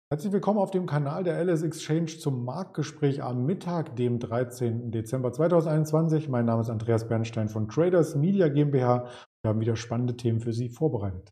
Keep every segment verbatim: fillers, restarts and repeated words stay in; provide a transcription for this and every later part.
Herzlich willkommen auf dem Kanal der L S Exchange zum Marktgespräch am Mittag, dem dreizehnten Dezember zweitausendeinundzwanzig. Mein Name ist Andreas Bernstein von Traders Media GmbH. Wir haben wieder spannende Themen für Sie vorbereitet.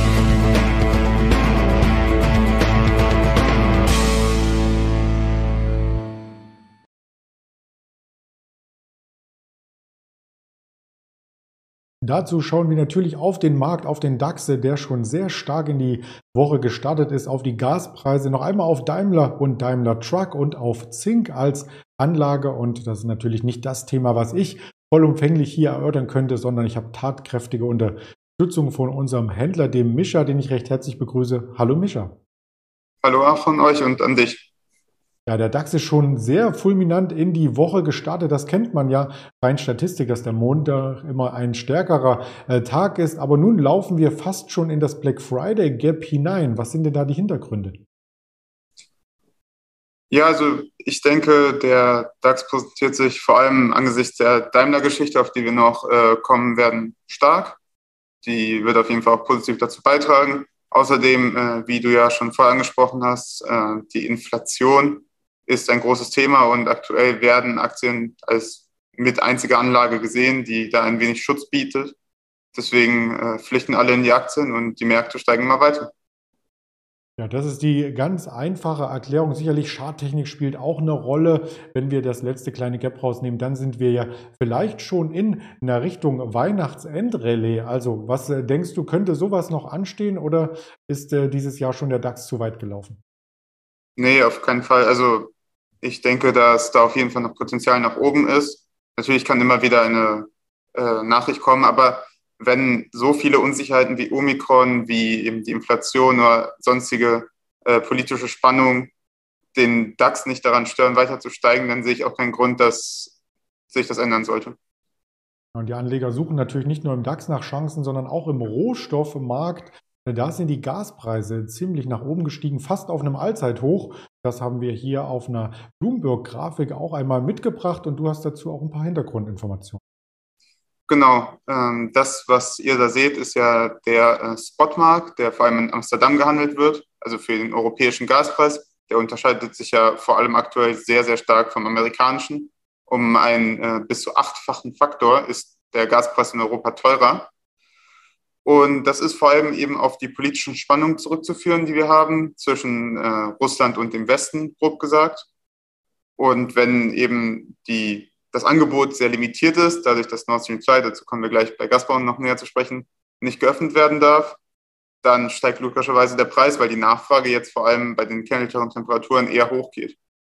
Dazu schauen wir natürlich auf den Markt, auf den DAX, der schon sehr stark in die Woche gestartet ist, auf die Gaspreise, noch einmal auf Daimler und Daimler Truck und auf Zink als Anlage. Und das ist natürlich nicht das Thema, was ich vollumfänglich hier erörtern könnte, sondern ich habe tatkräftige Unterstützung von unserem Händler, dem Mischa, den ich recht herzlich begrüße. Hallo Mischa. Hallo auch von euch und an dich. Ja, der DAX ist schon sehr fulminant in die Woche gestartet. Das kennt man ja rein Statistik, dass der Montag immer ein stärkerer äh, Tag ist. Aber nun laufen wir fast schon in das Black Friday Gap hinein. Was sind denn da die Hintergründe? Ja, also ich denke, der DAX präsentiert sich vor allem angesichts der Daimler-Geschichte, auf die wir noch äh, kommen werden, stark. Die wird auf jeden Fall auch positiv dazu beitragen. Außerdem, äh, wie du ja schon vorher angesprochen hast, äh, die Inflation ist ein großes Thema und aktuell werden Aktien als mit einzige Anlage gesehen, die da ein wenig Schutz bietet. Deswegen äh, flüchten alle in die Aktien und die Märkte steigen immer weiter. Ja, das ist die ganz einfache Erklärung. Sicherlich Charttechnik spielt auch eine Rolle. Wenn wir das letzte kleine Gap rausnehmen, dann sind wir ja vielleicht schon in einer Richtung Weihnachtsendrallye. Also was äh, denkst du, könnte sowas noch anstehen oder ist äh, dieses Jahr schon der DAX zu weit gelaufen? Nee, auf keinen Fall. Also ich denke, dass da auf jeden Fall noch Potenzial nach oben ist. Natürlich kann immer wieder eine äh, Nachricht kommen, aber wenn so viele Unsicherheiten wie Omikron, wie eben die Inflation oder sonstige äh, politische Spannung den DAX nicht daran stören, weiter zu steigen, dann sehe ich auch keinen Grund, dass sich das ändern sollte. Und die Anleger suchen natürlich nicht nur im DAX nach Chancen, sondern auch im Rohstoffmarkt. Da sind die Gaspreise ziemlich nach oben gestiegen, fast auf einem Allzeithoch. Das haben wir hier auf einer Bloomberg-Grafik auch einmal mitgebracht und du hast dazu auch ein paar Hintergrundinformationen. Genau, ähm, das, was ihr da seht, ist ja der äh, Spotmarkt, der vor allem in Amsterdam gehandelt wird, also für den europäischen Gaspreis. Der unterscheidet sich ja vor allem aktuell sehr, sehr stark vom amerikanischen. Um einen äh, bis zu achtfachen Faktor ist der Gaspreis in Europa teurer. Und das ist vor allem eben auf die politischen Spannungen zurückzuführen, die wir haben zwischen äh, Russland und dem Westen, grob gesagt. Und wenn eben die, das Angebot sehr limitiert ist, dadurch, dass Nord Stream zwei, dazu kommen wir gleich bei Gazprom noch näher zu sprechen, nicht geöffnet werden darf, dann steigt logischerweise der Preis, weil die Nachfrage jetzt vor allem bei den kälteren Temperaturen eher hochgeht.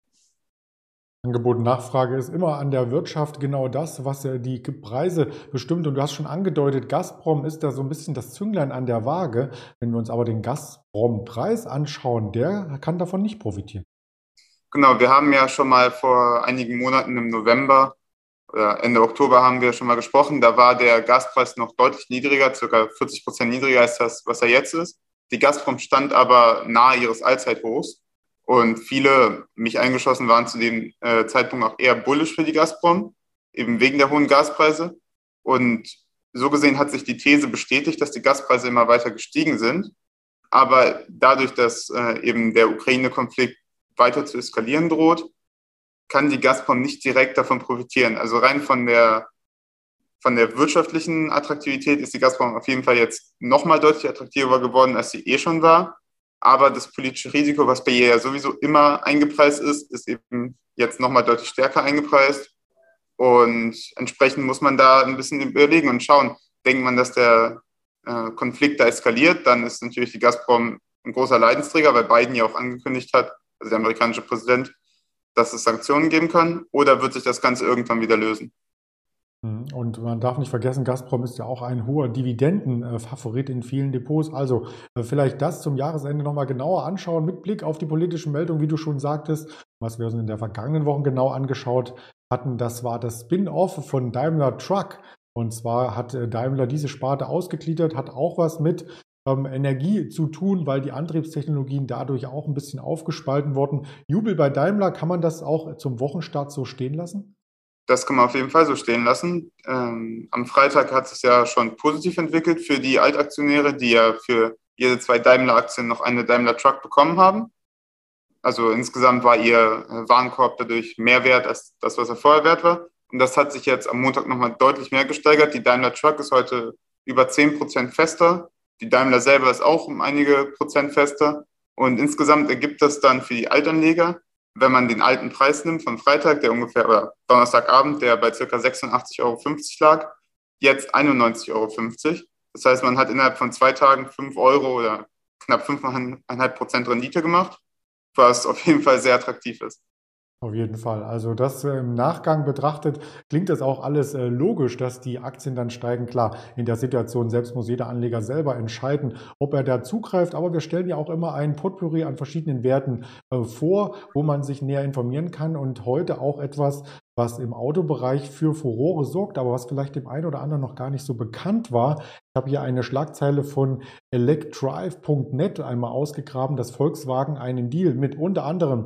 Angebot und Nachfrage ist immer an der Wirtschaft genau das, was äh, die Preise bestimmt. Und du hast schon angedeutet, Gazprom ist da so ein bisschen das Zünglein an der Waage. Wenn wir uns aber den Gazprom-Preis anschauen, der kann davon nicht profitieren. Genau, wir haben ja schon mal vor einigen Monaten im November oder Ende Oktober haben wir schon mal gesprochen. Da war der Gaspreis noch deutlich niedriger, circa vierzig Prozent niedriger als das, was er jetzt ist. Die Gazprom stand aber nahe ihres Allzeithochs und viele, mich eingeschlossen, waren zu dem äh, Zeitpunkt auch eher bullish für die Gazprom, eben wegen der hohen Gaspreise. Und so gesehen hat sich die These bestätigt, dass die Gaspreise immer weiter gestiegen sind. Aber dadurch, dass äh, eben der Ukraine-Konflikt weiter zu eskalieren droht, kann die Gazprom nicht direkt davon profitieren. Also rein von der, von der wirtschaftlichen Attraktivität ist die Gazprom auf jeden Fall jetzt nochmal deutlich attraktiver geworden, als sie eh schon war. Aber das politische Risiko, was bei ihr ja sowieso immer eingepreist ist, ist eben jetzt nochmal deutlich stärker eingepreist. Und entsprechend muss man da ein bisschen überlegen und schauen. Denkt man, dass der äh, Konflikt da eskaliert, dann ist natürlich die Gazprom ein großer Leidensträger, weil Biden ja auch angekündigt hat, also der amerikanische Präsident, dass es Sanktionen geben kann, oder wird sich das Ganze irgendwann wieder lösen? Und man darf nicht vergessen, Gazprom ist ja auch ein hoher Dividendenfavorit in vielen Depots. Also äh, vielleicht das zum Jahresende nochmal genauer anschauen mit Blick auf die politischen Meldungen, wie du schon sagtest, was wir uns in der vergangenen Woche genau angeschaut hatten. Das war das Spin-off von Daimler Truck. Und zwar hat äh, Daimler diese Sparte ausgegliedert, hat auch was mit ähm, Energie zu tun, weil die Antriebstechnologien dadurch auch ein bisschen aufgespalten wurden. Jubel bei Daimler, kann man das auch zum Wochenstart so stehen lassen? Das kann man auf jeden Fall so stehen lassen. Ähm, am Freitag hat es ja schon positiv entwickelt für die Altaktionäre, die ja für jede zwei Daimler-Aktien noch eine Daimler Truck bekommen haben. Also insgesamt war ihr äh, Warenkorb dadurch mehr wert als das, was er vorher wert war. Und das hat sich jetzt am Montag nochmal deutlich mehr gesteigert. Die Daimler Truck ist heute über zehn Prozent fester. Die Daimler selber ist auch um einige Prozent fester. Und insgesamt ergibt das dann für die Altanleger, wenn man den alten Preis nimmt von Freitag, der ungefähr, oder Donnerstagabend, der bei ca. sechsundachtzig Euro fünfzig lag, jetzt einundneunzig Euro fünfzig. Das heißt, man hat innerhalb von zwei Tagen fünf Euro oder knapp fünf Komma fünf Prozent Rendite gemacht, was auf jeden Fall sehr attraktiv ist. Auf jeden Fall. Also das äh, im Nachgang betrachtet, klingt das auch alles äh, logisch, dass die Aktien dann steigen. Klar, in der Situation selbst muss jeder Anleger selber entscheiden, ob er da zugreift. Aber wir stellen ja auch immer ein Potpourri an verschiedenen Werten äh, vor, wo man sich näher informieren kann. Und heute auch etwas, was im Autobereich für Furore sorgt, aber was vielleicht dem einen oder anderen noch gar nicht so bekannt war. Ich habe hier eine Schlagzeile von electrive Punkt net einmal ausgegraben, dass Volkswagen einen Deal mit unter anderem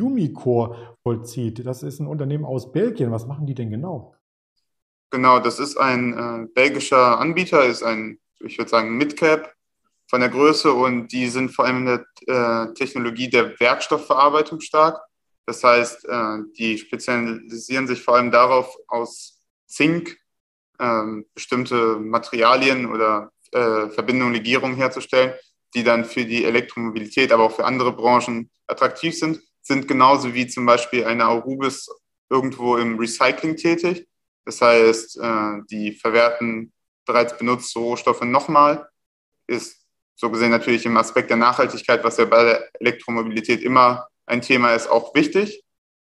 Umicore vollzieht. Das ist ein Unternehmen aus Belgien. Was machen die denn genau? Genau, das ist ein äh, belgischer Anbieter, ist ein, ich würde sagen, Midcap von der Größe, und die sind vor allem in der äh, Technologie der Werkstoffverarbeitung stark. Das heißt, äh, die spezialisieren sich vor allem darauf, aus Zink äh, bestimmte Materialien oder äh, Verbindungen, Legierungen herzustellen, die dann für die Elektromobilität, aber auch für andere Branchen attraktiv sind, sind genauso wie zum Beispiel eine Aurubis irgendwo im Recycling tätig. Das heißt, äh, die verwerten bereits benutzte Rohstoffe nochmal, ist so gesehen natürlich im Aspekt der Nachhaltigkeit, was ja bei der Elektromobilität immer ein Thema ist, auch wichtig.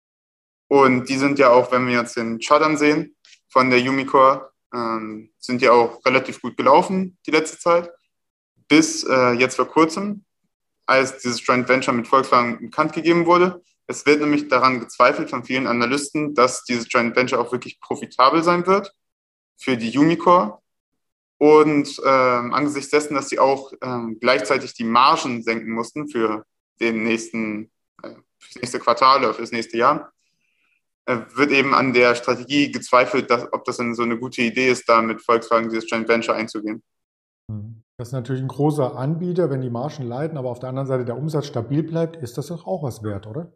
Und die sind ja auch, wenn wir uns den Chart ansehen von der Umicore, ähm, sind ja auch relativ gut gelaufen die letzte Zeit. Bis äh, jetzt vor kurzem, als dieses Joint Venture mit Volkswagen bekannt gegeben wurde. Es wird nämlich daran gezweifelt von vielen Analysten, dass dieses Joint Venture auch wirklich profitabel sein wird für die Umicore. Und ähm, angesichts dessen, dass sie auch ähm, gleichzeitig die Margen senken mussten für den nächsten, äh, für das nächste Quartal oder für das nächste Jahr, äh, wird eben an der Strategie gezweifelt, dass, ob das denn so eine gute Idee ist, da mit Volkswagen dieses Joint Venture einzugehen. Das ist natürlich ein großer Anbieter, wenn die Margen leiden, aber auf der anderen Seite der Umsatz stabil bleibt, ist das doch auch was wert, oder?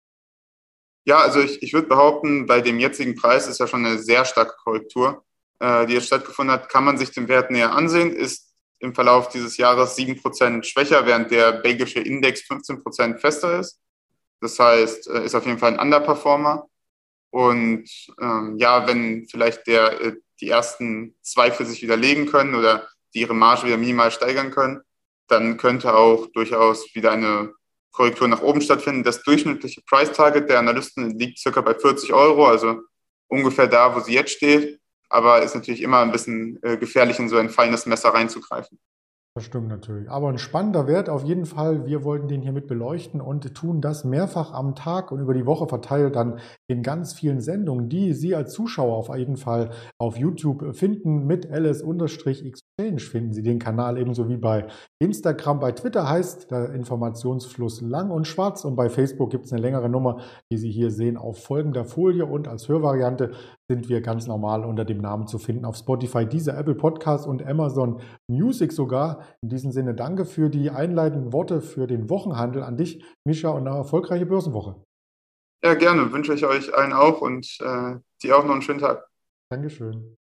Ja, also ich, ich würde behaupten, bei dem jetzigen Preis ist ja schon eine sehr starke Korrektur, äh, die jetzt stattgefunden hat. Kann man sich den Wert näher ansehen, ist im Verlauf dieses Jahres sieben Prozent schwächer, während der belgische Index fünfzehn Prozent fester ist. Das heißt, äh, ist auf jeden Fall ein Underperformer. Und ähm, ja, wenn vielleicht der, äh, die ersten Zweifel sich widerlegen können oder die ihre Marge wieder minimal steigern können, dann könnte auch durchaus wieder eine Korrektur nach oben stattfinden. Das durchschnittliche Price Target der Analysten liegt circa bei vierzig Euro, also ungefähr da, wo sie jetzt steht. Aber ist natürlich immer ein bisschen äh, gefährlich, in so ein fallendes Messer reinzugreifen. Das stimmt natürlich. Aber ein spannender Wert auf jeden Fall. Wir wollten den hier mit beleuchten und tun das mehrfach am Tag und über die Woche verteilt dann in ganz vielen Sendungen, die Sie als Zuschauer auf jeden Fall auf YouTube finden. Mit Alice-Exchange finden Sie den Kanal ebenso wie bei Instagram. Bei Twitter heißt der Informationsfluss lang und schwarz, und bei Facebook gibt es eine längere Nummer, die Sie hier sehen, auf folgender Folie, und als Hörvariante sind wir ganz normal unter dem Namen zu finden auf Spotify, Deezer, Apple Podcast und Amazon Music sogar. In diesem Sinne danke für die einleitenden Worte für den Wochenhandel an dich, Mischa, und eine erfolgreiche Börsenwoche. Ja, gerne. Wünsche ich euch allen auch, und äh, dir auch noch einen schönen Tag. Dankeschön.